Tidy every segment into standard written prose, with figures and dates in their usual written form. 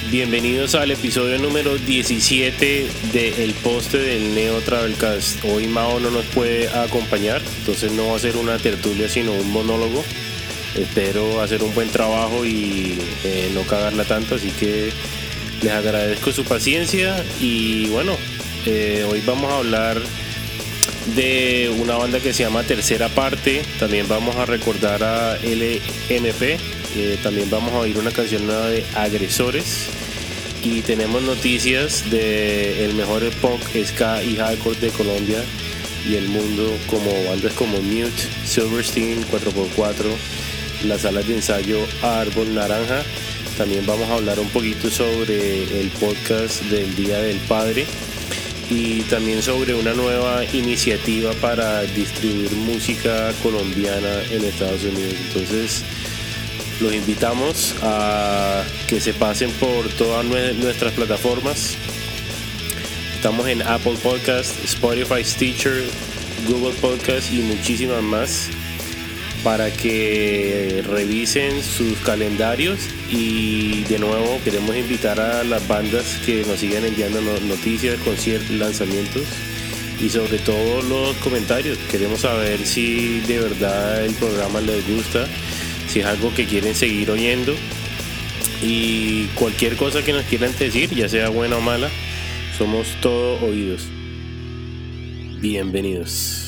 Bienvenidos al episodio número 17 del poste del Neo Travelcast. Hoy Mao no nos puede acompañar, entonces no va a ser una tertulia sino un monólogo. Espero hacer un buen trabajo y no cagarla tanto, así que les agradezco su paciencia. Y bueno, hoy vamos a hablar de una banda que se llama Tercera Parte. También vamos a recordar a LMP. También vamos a oír una canción nueva de Agresores. Y tenemos noticias de el mejor punk, ska y hardcore de Colombia y el mundo, como bandas como Mute, Silverstein, 4x4, las salas de ensayo Árbol Naranja. También vamos a hablar un poquito sobre el podcast del Día del Padre y también sobre una nueva iniciativa para distribuir música colombiana en Estados Unidos. Entonces los invitamos a que se pasen por todas nuestras plataformas. Estamos en Apple Podcast, Spotify, Stitcher, Google Podcast y muchísimas más, para que revisen sus calendarios. Y de nuevo queremos invitar a las bandas que nos sigan enviando noticias, conciertos, lanzamientos y sobre todo los comentarios. Queremos saber si de verdad el programa les gusta, si es algo que quieren seguir oyendo, y cualquier cosa que nos quieran decir, ya sea buena o mala, somos todo oídos. Bienvenidos.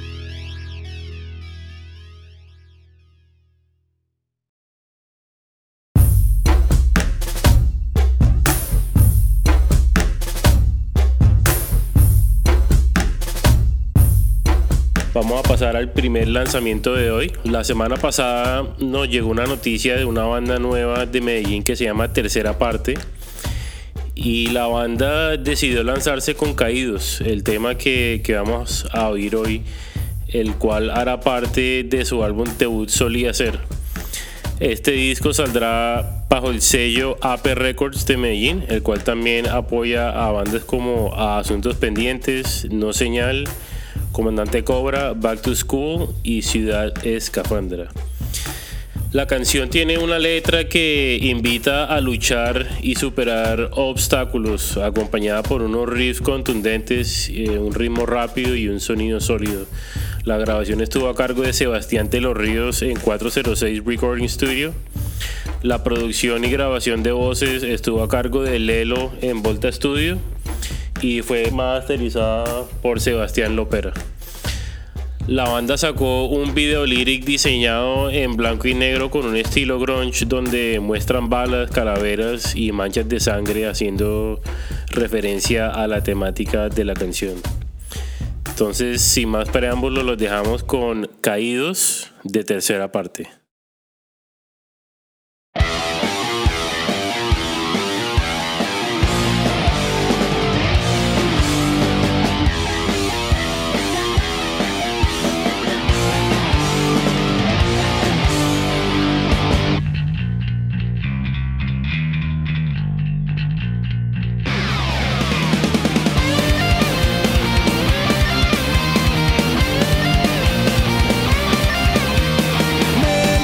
Vamos a pasar al primer lanzamiento de hoy. La semana pasada nos llegó una noticia de una banda nueva de Medellín que se llama Tercera Parte. Y la banda decidió lanzarse con Caídos, el tema que vamos a oír hoy, el cual hará parte de su álbum debut Solía Ser. Este disco saldrá bajo el sello AP Records de Medellín, el cual también apoya a bandas como a Asuntos Pendientes, No Señal, Comandante Cobra, Back to School y Ciudad Escafandra. La canción tiene una letra que invita a luchar y superar obstáculos, acompañada por unos riffs contundentes, un ritmo rápido y un sonido sólido. La grabación estuvo a cargo de Sebastián de los Ríos en 406 Recording Studio. La producción y grabación de voces estuvo a cargo de Lelo en Volta Studio y fue masterizada por Sebastián Lopera. La banda sacó un video lyric diseñado en blanco y negro con un estilo grunge, donde muestran balas, calaveras y manchas de sangre, haciendo referencia a la temática de la canción. Entonces, sin más preámbulos, los dejamos con Caídos de Tercera Parte. Me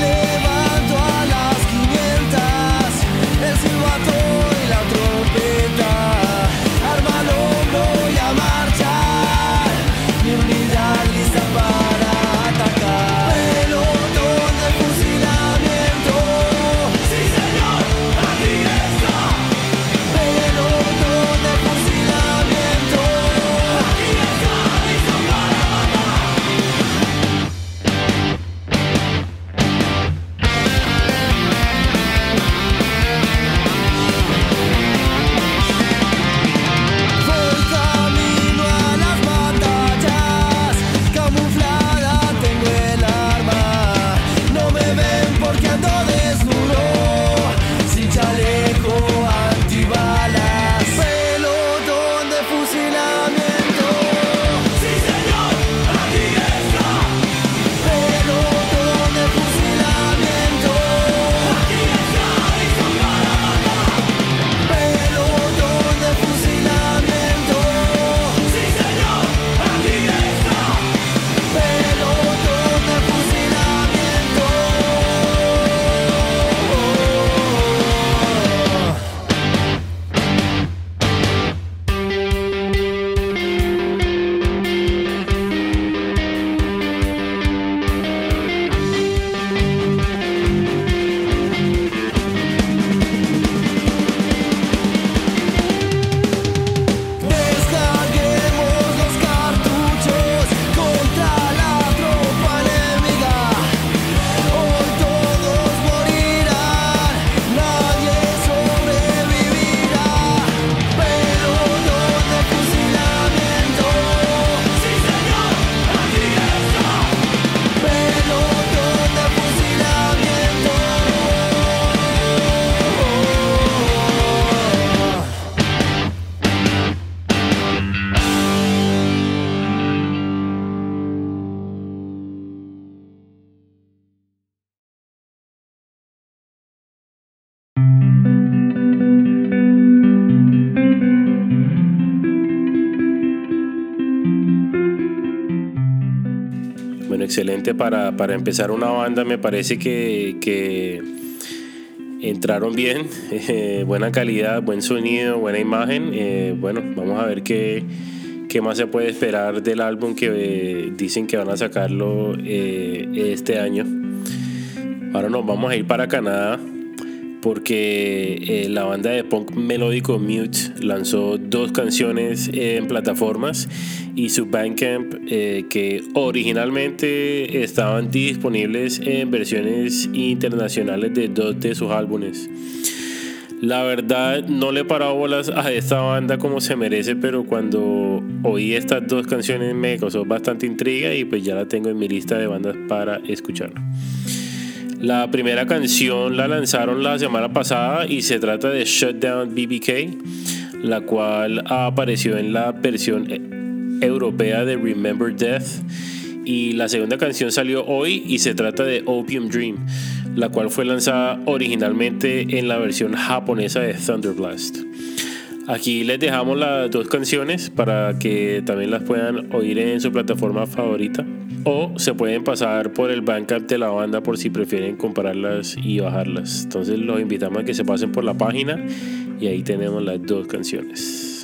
excelente para empezar una banda. Me parece que entraron bien, buena calidad, buen sonido, buena imagen. Bueno, vamos a ver qué más se puede esperar del álbum que dicen que van a sacarlo este año. Ahora nos vamos a ir para Canadá porque la banda de punk melódico Mute lanzó 2 canciones en plataformas y su Bandcamp, que originalmente estaban disponibles en versiones internacionales de 2 de sus álbumes. La verdad no le he parado bolas a esta banda como se merece, pero cuando oí estas 2 canciones me causó bastante intriga y pues ya la tengo en mi lista de bandas para escuchar. La primera canción la lanzaron la semana pasada y se trata de Shutdown BBK, la cual apareció en la versión europea de Remember Death, y la segunda canción salió hoy y se trata de Opium Dream, la cual fue lanzada originalmente en la versión japonesa de Thunderblast. Aquí les dejamos las 2 canciones para que también las puedan oír en su plataforma favorita, o se pueden pasar por el Bandcamp de la banda por si prefieren comprarlas y bajarlas. Entonces los invitamos a que se pasen por la página y ahí tenemos las 2 canciones.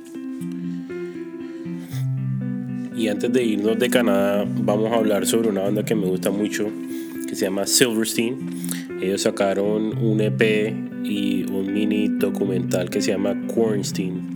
Y antes de irnos de Canadá, vamos a hablar sobre una banda que me gusta mucho, que se llama Silverstein. Ellos sacaron un EP y un mini documental que se llama Quarantine.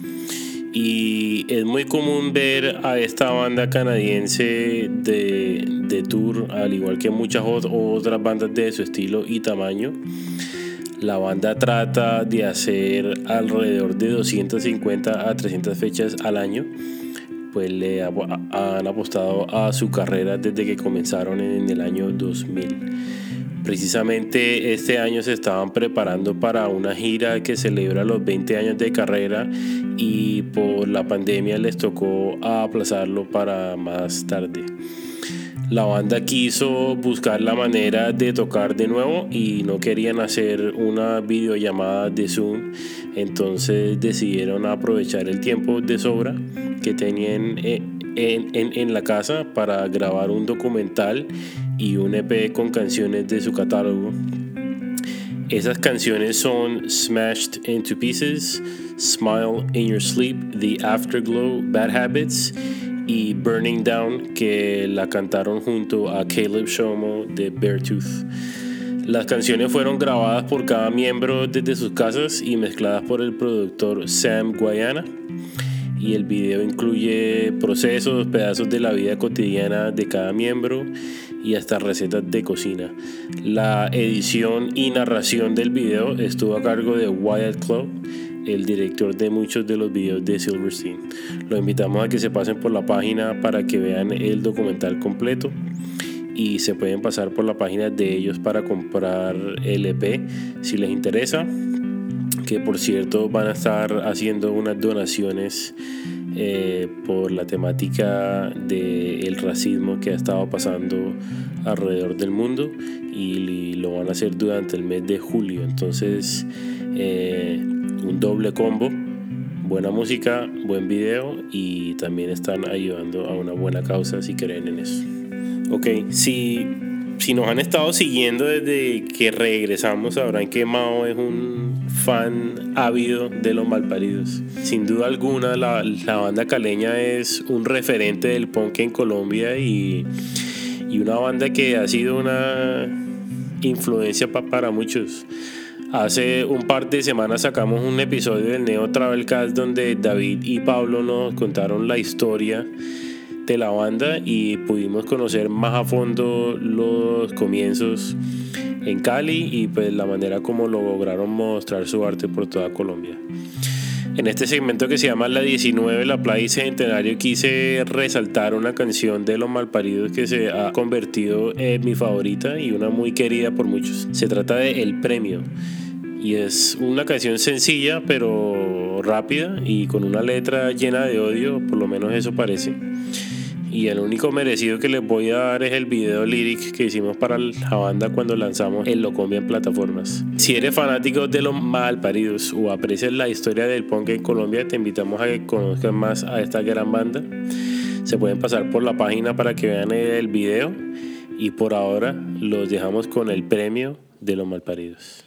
Y es muy común ver a esta banda canadiense de tour, al igual que muchas otras bandas de su estilo y tamaño. La banda trata de hacer alrededor de 250 a 300 fechas al año. Pues le han apostado a su carrera desde que comenzaron en el año 2000. Precisamente este año se estaban preparando para una gira que celebra los 20 años de carrera y por la pandemia les tocó aplazarlo para más tarde. La banda quiso buscar la manera de tocar de nuevo y no querían hacer una videollamada de Zoom, entonces decidieron aprovechar el tiempo de sobra que tenían en la casa para grabar un documental y un EP con canciones de su catálogo. Esas canciones son Smashed into Pieces, Smile in Your Sleep, The Afterglow, Bad Habits y Burning Down, que la cantaron junto a Caleb Shomo de Beartooth. Las canciones fueron grabadas por cada miembro desde sus casas y mezcladas por el productor Sam Guayana. Y el video incluye procesos, pedazos de la vida cotidiana de cada miembro y hasta recetas de cocina. La edición y narración del video estuvo a cargo de Wyatt Club, el director de muchos de los videos de Silverstein. Los invitamos a que se pasen por la página para que vean el documental completo y se pueden pasar por la página de ellos para comprar el EP si les interesa, que por cierto van a estar haciendo unas donaciones por la temática del racismo que ha estado pasando alrededor del mundo y lo van a hacer durante el mes de julio. Entonces un doble combo, buena música, buen video y también están ayudando a una buena causa si creen en eso. Ok, si nos han estado siguiendo desde que regresamos, sabrán que Mao es un fan ávido de Los Malparidos. Sin duda alguna la banda caleña es un referente del punk en Colombia y una banda que ha sido una influencia para muchos. Hace un par de semanas sacamos un episodio del Neo Travelcast donde David y Pablo nos contaron la historia de la banda y pudimos conocer más a fondo los comienzos en Cali y pues la manera como lograron mostrar su arte por toda Colombia. En este segmento que se llama La 19, la Playa y Centenario, quise resaltar una canción de Los Malparidos que se ha convertido en mi favorita y una muy querida por muchos. Se trata de El Premio y es una canción sencilla pero rápida y con una letra llena de odio, por lo menos eso parece. Y el único merecido que les voy a dar es el video lyric que hicimos para la banda cuando lanzamos el Locombia en plataformas. Si eres fanático de Los Malparidos o aprecias la historia del punk en Colombia, te invitamos a que conozcas más a esta gran banda. Se pueden pasar por la página para que vean el video Y por ahora los dejamos con el premio de los malparidos.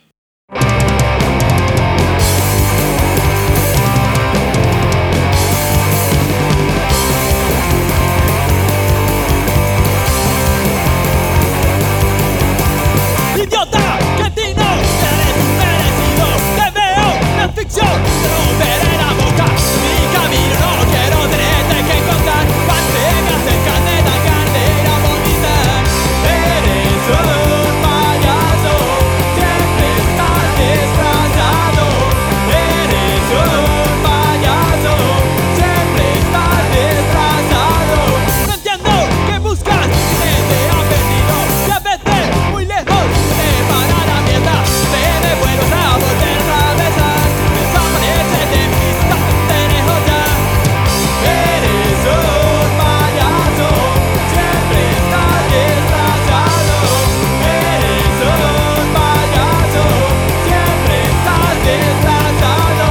Idiota, cretino, eres un merecido. Te veo en ficción, te romperé la boca. Mi camino no quiero tenerte que contar. Cuando me acercan de tan grande ir a vomitar. Eres un payaso, siempre estás disfrazado. Eres un payaso, siempre estás disfrazado. No entiendo qué buscas, que te ha perdido. Ya vete muy lejos. Para la mierda, me vuelves a volver a besar. Desaparece de mi vista, te dejo ya. Eres un payaso, siempre estás disfrazado. Eres un payaso, siempre estás disfrazado.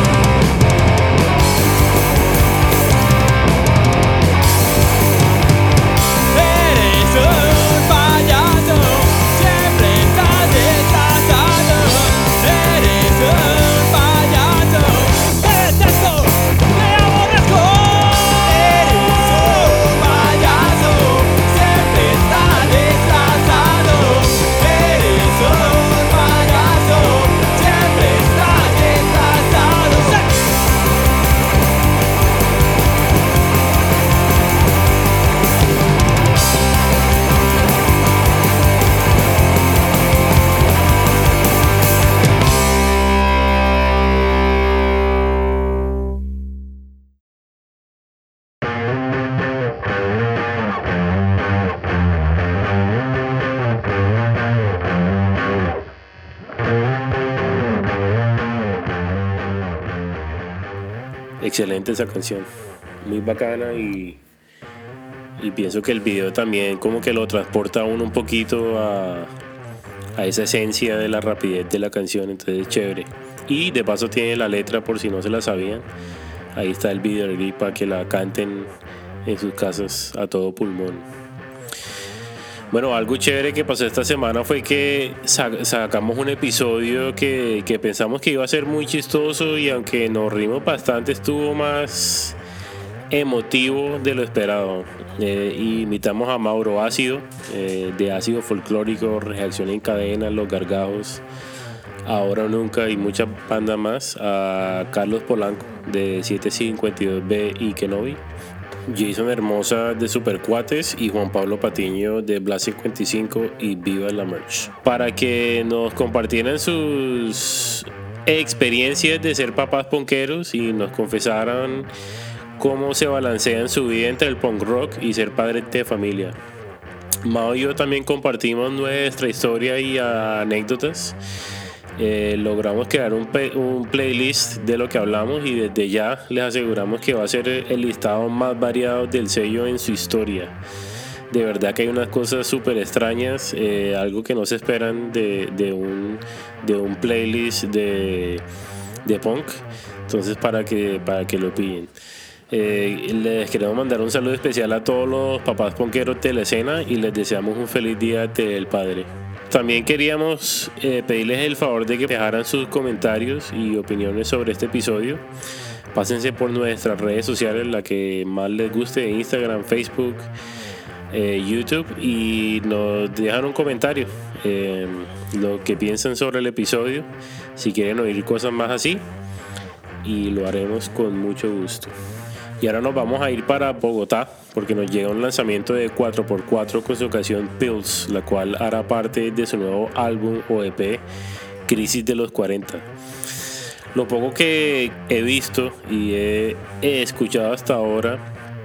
Eres un payaso, siempre estás disfrazado. Eres un payaso, te detesto, te aborrezco. Eres un payaso, siempre estás disfrazado. Eres un payaso, siempre estás disfrazado. Excelente esa canción, muy bacana y pienso que el video también como que lo transporta a uno un poquito a esa esencia de la rapidez de la canción, entonces es chévere. Y de paso tiene la letra por si no se la sabían, ahí está el video para que la canten en sus casas a todo pulmón. Bueno, algo chévere que pasó esta semana fue que sacamos un episodio que pensamos que iba a ser muy chistoso y aunque nos rimos bastante estuvo más emotivo de lo esperado. Invitamos a Mauro Ácido, de Ácido Folclórico, Reacción en Cadena, Los Gargajos, Ahora o Nunca y mucha banda más, a Carlos Polanco de 752B y Kenobi, Jason Hermosa de Supercuates y Juan Pablo Patiño de Blas 55 y Viva la Merch, para que nos compartieran sus experiencias de ser papás punkeros y nos confesaran cómo se balancean su vida entre el punk rock y ser padres de familia. Mao y yo también compartimos nuestra historia y anécdotas. Logramos crear un playlist de lo que hablamos y desde ya les aseguramos que va a ser el listado más variado del sello en su historia. De verdad que hay unas cosas súper extrañas, algo que no se esperan de un playlist de punk. Entonces para que lo pillen. Les queremos mandar un saludo especial a todos los papás punkeros de la escena y les deseamos un feliz día del padre. También queríamos pedirles el favor de que dejaran sus comentarios y opiniones sobre este episodio. Pásense por nuestras redes sociales, la que más les guste, Instagram, Facebook, YouTube, y nos dejan un comentario, lo que piensan sobre el episodio, si quieren oír cosas más así, y lo haremos con mucho gusto. Y ahora nos vamos a ir para Bogotá porque nos llega un lanzamiento de 4x4 con su canción Pills, la cual hará parte de su nuevo álbum o EP Crisis de los 40. Lo poco que he visto y he escuchado hasta ahora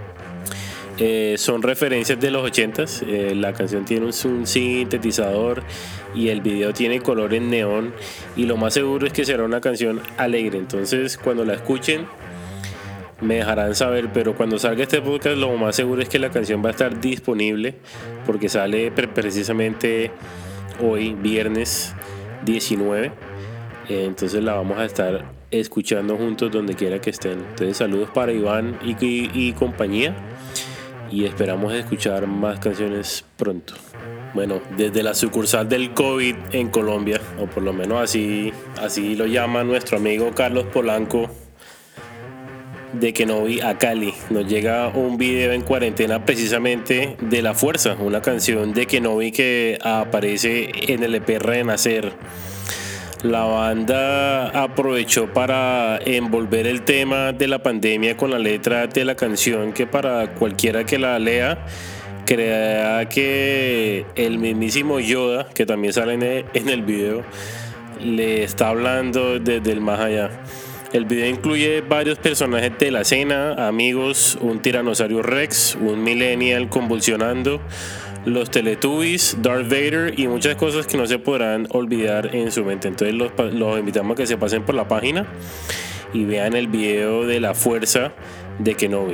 son referencias de los 80s. La canción tiene un sintetizador y el video tiene colores neón y lo más seguro es que será una canción alegre. Entonces cuando la escuchen me dejarán saber, pero cuando salga este podcast lo más seguro es que la canción va a estar disponible porque sale precisamente hoy, viernes 19. Entonces la vamos a estar escuchando juntos donde quiera que estén. Entonces saludos para Iván y compañía. y esperamos escuchar más canciones pronto. Bueno, desde la sucursal del COVID en Colombia, o por lo menos así lo llama nuestro amigo Carlos Polanco, de Kenobi a Cali, nos llega un video en cuarentena precisamente de La Fuerza, una canción de Kenobi que aparece en el EP Renacer. La banda aprovechó para envolver el tema de la pandemia con la letra de la canción, que para cualquiera que la lea crea que el mismísimo Yoda, que también sale en el video, le está hablando desde el más allá. El video incluye varios personajes de la escena, amigos, un tiranosaurio Rex, un millennial convulsionando, los Teletubbies, Darth Vader y muchas cosas que no se podrán olvidar en su mente. Entonces los invitamos a que se pasen por la página y vean el video de La Fuerza de Kenobi.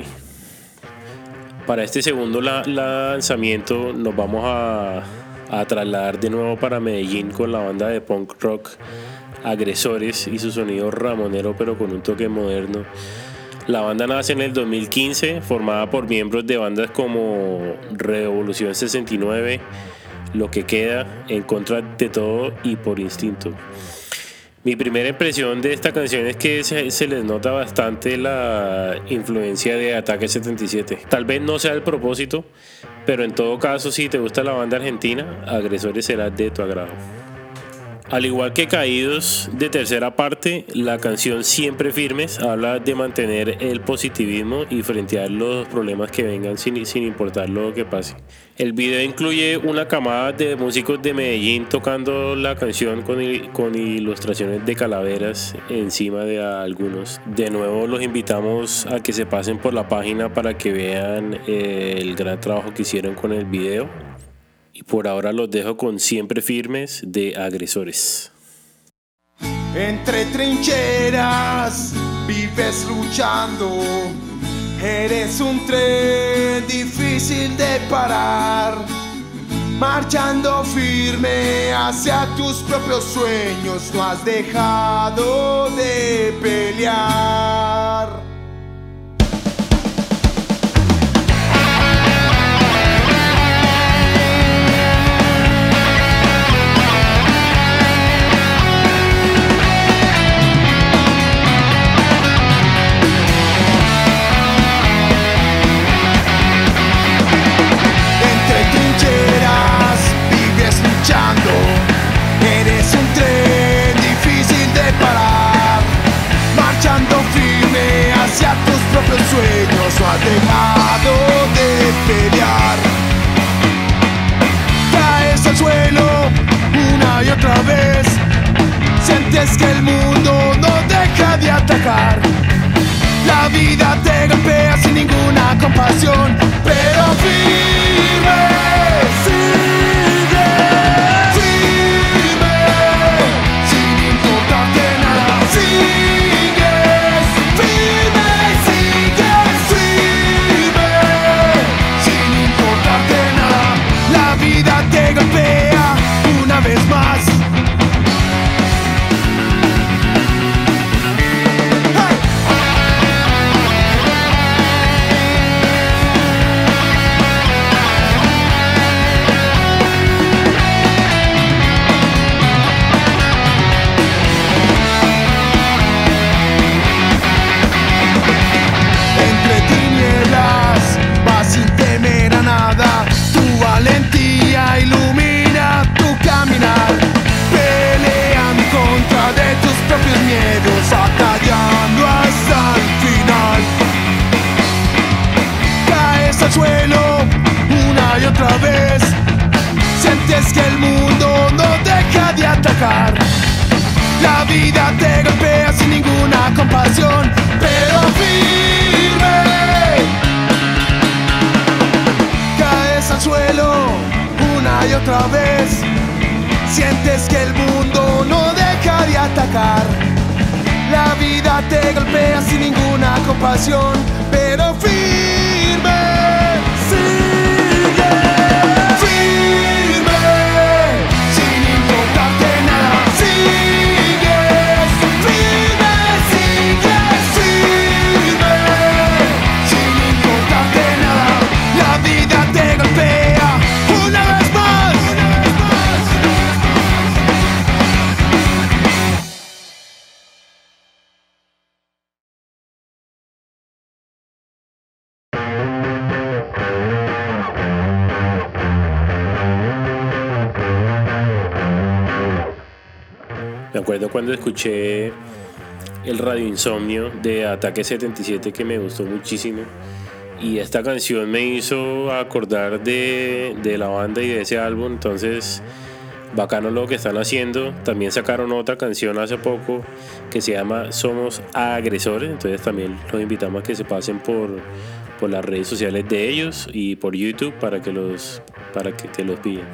Para este segundo lanzamiento nos vamos a trasladar de nuevo para Medellín con la banda de punk rock Agresores y su sonido ramonero pero con un toque moderno. La banda nace en el 2015, formada por miembros de bandas como Revolución 69, Lo que queda, En contra de todo y Por instinto. Mi primera impresión de esta canción es que se les nota bastante la influencia de Ataque 77. Tal vez no sea el propósito, pero en todo caso, si te gusta la banda argentina, Agresores será de tu agrado. Al igual que Caídos de tercera parte, la canción Siempre Firmes habla de mantener el positivismo y frentear los problemas que vengan sin importar lo que pase. El video incluye una camada de músicos de Medellín tocando la canción con ilustraciones de calaveras encima de algunos. De nuevo los invitamos a que se pasen por la página para que vean el gran trabajo que hicieron con el video. Y por ahora los dejo con Siempre Firmes de Agresores. Entre trincheras vives luchando, eres un tren difícil de parar, marchando firme hacia tus propios sueños, no has dejado de pelear. Eres un tren difícil de parar, marchando firme hacia tus propios sueños, no has dejado de pelear. Caes al suelo una y otra vez, sientes que el mundo no deja de atacar. La vida te golpea sin ninguna compasión, pero firme, sigue. Sigues firme, sigues firme, sin importarte nada. La vida te golpea una vez más. Valentía ilumina tu caminar, pelea en contra de tus propios miedos, batallando hasta el final. Caes al suelo una y otra vez, sientes que el mundo no deja de atacar. La vida te golpea sin ninguna compasión, pero firme. Al suelo una y otra vez, sientes que el mundo no deja de atacar. La vida te golpea sin ninguna compasión, pero firme, sigue firme, sin importarte nada. Sigues firme, sigues firme, sin importarte nada. La Me acuerdo cuando escuché el Radio Insomnio de Ataque 77, que me gustó muchísimo. Y esta canción me hizo acordar de la banda y de ese álbum. Entonces, bacano lo que están haciendo. También sacaron otra canción hace poco que se llama Somos Agresores. Entonces también los invitamos a que se pasen por las redes sociales de ellos y por YouTube para que te los pillen.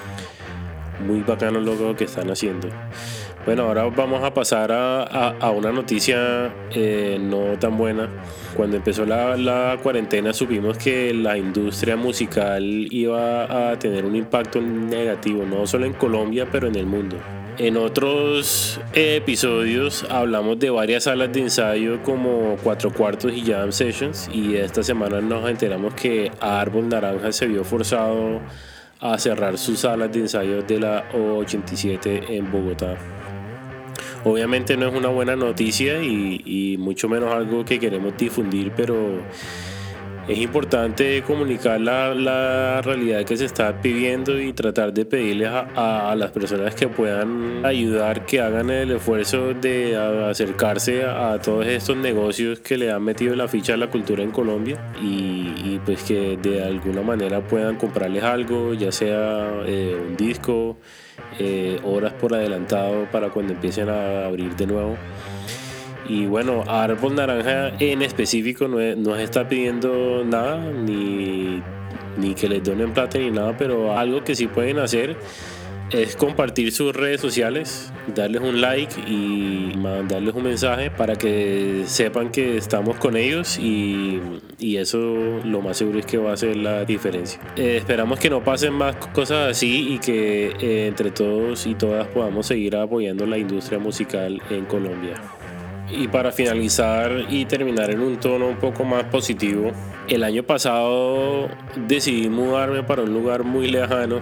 Muy bacano lo que están haciendo. Bueno, ahora vamos a pasar a una noticia no tan buena. Cuando empezó la cuarentena supimos que la industria musical iba a tener un impacto negativo, no solo en Colombia, pero en el mundo. En otros episodios hablamos de varias salas de ensayo como 4 Cuartos y Jam Sessions, y esta semana nos enteramos que Árbol Naranja se vio forzado a cerrar sus salas de ensayo de la O87 en Bogotá. Obviamente no es una buena noticia y mucho menos algo que queremos difundir, pero es importante comunicar la realidad que se está viviendo y tratar de pedirles a las personas que puedan ayudar, que hagan el esfuerzo de acercarse a todos estos negocios que le han metido la ficha a la cultura en Colombia, y pues que de alguna manera puedan comprarles algo, ya sea un disco, horas por adelantado para cuando empiecen a abrir de nuevo. Y bueno, Árbol Naranja en específico no está pidiendo nada, ni que les donen plata ni nada, pero algo que sí pueden hacer es compartir sus redes sociales, darles un like y mandarles un mensaje para que sepan que estamos con ellos, y eso lo más seguro es que va a hacer la diferencia. Esperamos que no pasen más cosas así y que entre todos y todas podamos seguir apoyando la industria musical en Colombia. Y para finalizar y terminar en un tono un poco más positivo, el año pasado decidí mudarme para un lugar muy lejano,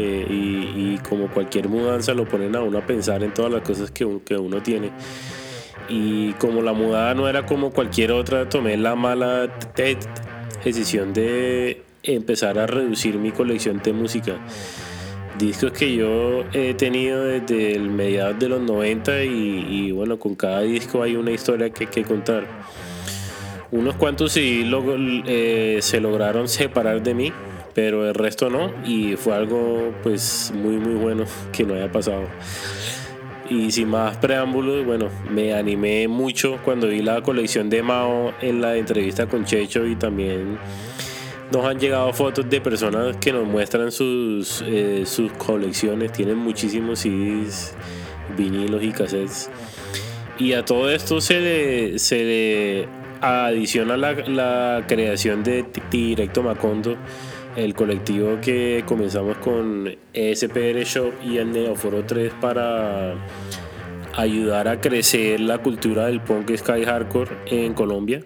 y como cualquier mudanza lo ponen a uno a pensar en todas las cosas que uno tiene. Y como la mudada no era como cualquier otra, tomé la mala decisión de empezar a reducir mi colección de música. Discos que yo he tenido desde el mediados de los 90, y bueno, con cada disco hay una historia que contar. Unos cuantos sí se lograron separar de mí, pero el resto no, y fue algo pues muy muy bueno que no haya pasado. Y sin más preámbulos, bueno, me animé mucho cuando vi la colección de Mao en la entrevista con Checho, y también nos han llegado fotos de personas que nos muestran sus colecciones. Tienen muchísimos CDs, vinilos y cassettes. Y a todo esto se le adiciona la creación de Directo Macondo, el colectivo que comenzamos con ESPR Shop y el Neoforo 3 para ayudar a crecer la cultura del punk sky hardcore en Colombia.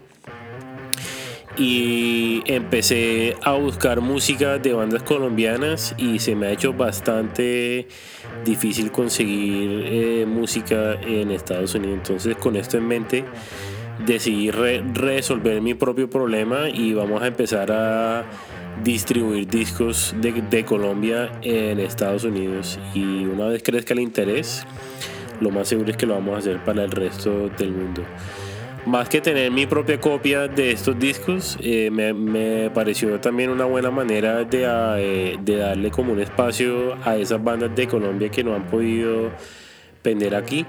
Y empecé a buscar música de bandas colombianas y se me ha hecho bastante difícil conseguir música en Estados Unidos. Entonces, con esto en mente, decidí resolver mi propio problema y vamos a empezar a distribuir discos de Colombia en Estados Unidos. Y una vez crezca el interés, lo más seguro es que lo vamos a hacer para el resto del mundo. Más que tener mi propia copia de estos discos, me pareció también una buena manera de darle como un espacio a esas bandas de Colombia que no han podido vender aquí,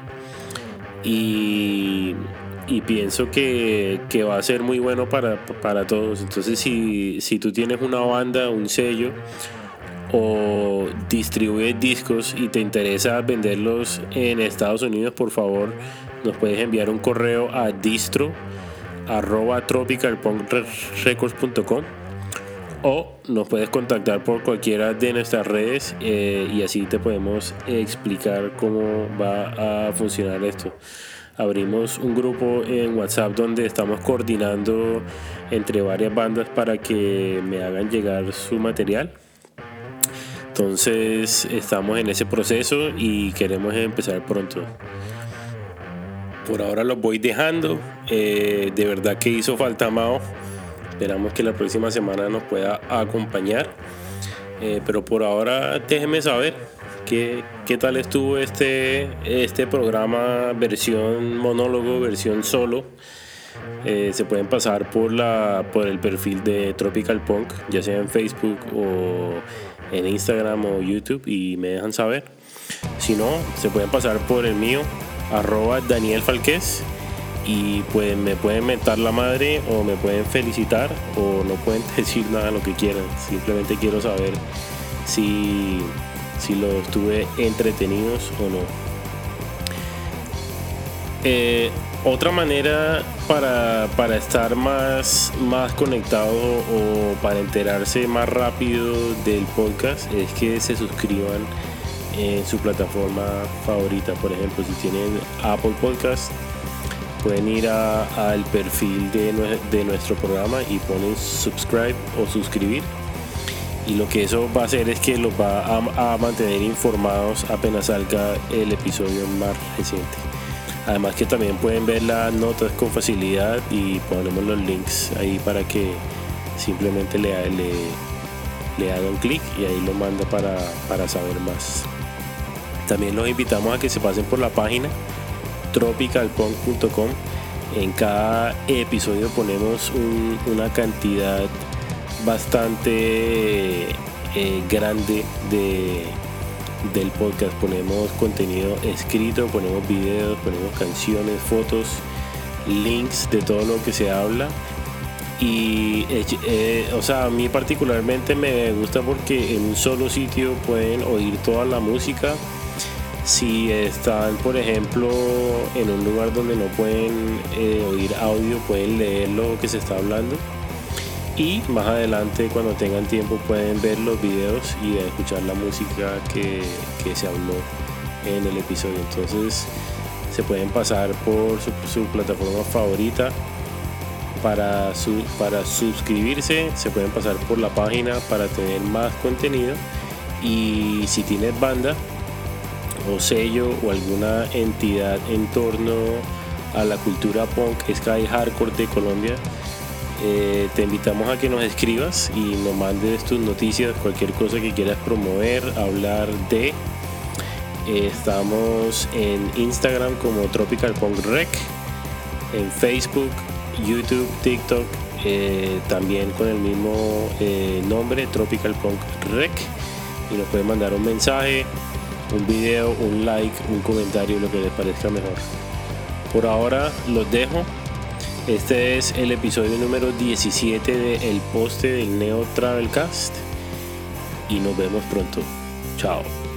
y pienso que va a ser muy bueno para todos. Entonces, si tú tienes una banda, un sello, o distribuyes discos y te interesa venderlos en Estados Unidos, por favor nos puedes enviar un correo a distro@tropicalpunkrecords.com, o nos puedes contactar por cualquiera de nuestras redes, y así te podemos explicar cómo va a funcionar esto. Abrimos un grupo en WhatsApp donde estamos coordinando entre varias bandas para que me hagan llegar su material. Entonces estamos en ese proceso y queremos empezar pronto. Por ahora los voy dejando. De verdad que hizo falta Mao. Esperamos que la próxima semana nos pueda acompañar. Pero por ahora déjenme saber ¿Qué tal estuvo este programa versión monólogo, versión solo? Se pueden pasar por el perfil de Tropical Punk, ya sea en Facebook o en Instagram o YouTube, y me dejan saber. Si no, se pueden pasar por el mío, @DanielFalquez, y pues me pueden mentar la madre o me pueden felicitar o no pueden decir nada, lo que quieran. Simplemente quiero saber si los tuve entretenidos o no. Otra manera para estar más conectado o para enterarse más rápido del podcast es que se suscriban en su plataforma favorita. Por ejemplo, si tienen Apple Podcast, pueden ir al perfil de nuestro programa y ponen subscribe o suscribir, y lo que eso va a hacer es que los va a mantener informados apenas salga el episodio más reciente. Además que también pueden ver las notas con facilidad y ponemos los links ahí para que simplemente le hagan clic y ahí lo manda para saber más. También los invitamos a que se pasen por la página tropicalpunk.com. En cada episodio ponemos una cantidad bastante grande del podcast. Ponemos contenido escrito, ponemos videos, ponemos canciones, fotos, links de todo lo que se habla. Y a mí particularmente me gusta porque en un solo sitio pueden oír toda la música. Si están, por ejemplo, en un lugar donde no pueden oír audio, pueden leer lo que se está hablando, y más adelante, cuando tengan tiempo, pueden ver los videos y escuchar la música que se habló en el episodio. Entonces se pueden pasar por su plataforma favorita para suscribirse, se pueden pasar por la página para tener más contenido, y si tienes banda o sello o alguna entidad en torno a la cultura punk, ska y hardcore de Colombia, te invitamos a que nos escribas y nos mandes tus noticias, cualquier cosa que quieras promover, hablar de. Estamos en Instagram como Tropical Punk Rec, en Facebook, YouTube, TikTok, también con el mismo nombre, Tropical Punk Rec, y nos pueden mandar un mensaje, un video, un like, un comentario, lo que les parezca mejor. Por ahora los dejo. Este es el episodio número 17 de El Poste del Neo Travelcast, y nos vemos pronto. Chao.